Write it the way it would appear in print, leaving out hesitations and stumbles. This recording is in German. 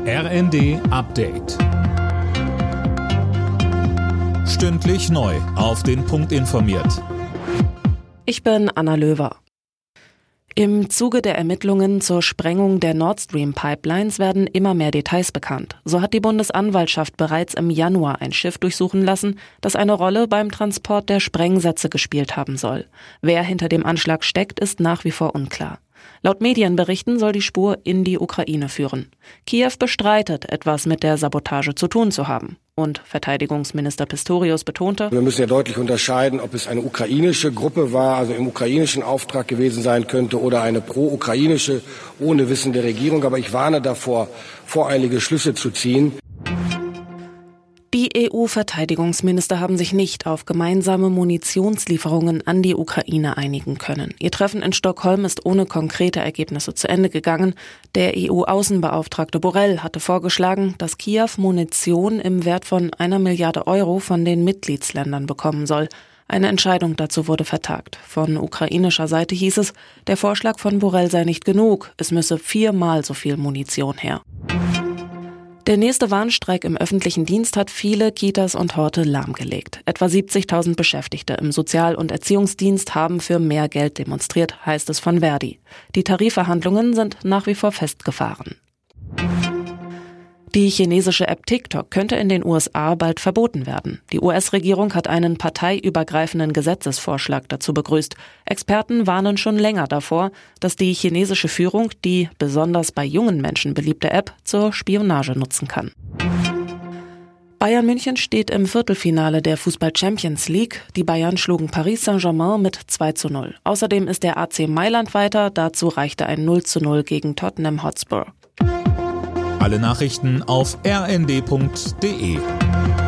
RND Update. Stündlich neu auf den Punkt informiert. Ich bin Anna Löwer. Im Zuge der Ermittlungen zur Sprengung der Nord Stream Pipelines werden immer mehr Details bekannt. So hat die Bundesanwaltschaft bereits im Januar ein Schiff durchsuchen lassen, das eine Rolle beim Transport der Sprengsätze gespielt haben soll. Wer hinter dem Anschlag steckt, ist nach wie vor unklar. Laut Medienberichten soll die Spur in die Ukraine führen. Kiew bestreitet, etwas mit der Sabotage zu tun zu haben. Und Verteidigungsminister Pistorius betonte: Wir müssen ja deutlich unterscheiden, ob es eine ukrainische Gruppe war, also im ukrainischen Auftrag gewesen sein könnte, oder eine pro-ukrainische ohne Wissen der Regierung. Aber ich warne davor, voreilige Schlüsse zu ziehen. Die EU-Verteidigungsminister haben sich nicht auf gemeinsame Munitionslieferungen an die Ukraine einigen können. Ihr Treffen in Stockholm ist ohne konkrete Ergebnisse zu Ende gegangen. Der EU-Außenbeauftragte Borrell hatte vorgeschlagen, dass Kiew Munition im Wert von 1 Milliarde Euro von den Mitgliedsländern bekommen soll. Eine Entscheidung dazu wurde vertagt. Von ukrainischer Seite hieß es, der Vorschlag von Borrell sei nicht genug. Es müsse 4-mal so viel Munition her. Der nächste Warnstreik im öffentlichen Dienst hat viele Kitas und Horte lahmgelegt. Etwa 70.000 Beschäftigte im Sozial- und Erziehungsdienst haben für mehr Geld demonstriert, heißt es von Verdi. Die Tarifverhandlungen sind nach wie vor festgefahren. Die chinesische App TikTok könnte in den USA bald verboten werden. Die US-Regierung hat einen parteiübergreifenden Gesetzesvorschlag dazu begrüßt. Experten warnen schon länger davor, dass die chinesische Führung die besonders bei jungen Menschen beliebte App zur Spionage nutzen kann. Bayern München steht im Viertelfinale der Fußball-Champions League. Die Bayern schlugen Paris Saint-Germain mit 2:0. Außerdem ist der AC Mailand weiter. Dazu reichte ein 0:0 gegen Tottenham Hotspur. Alle Nachrichten auf rnd.de.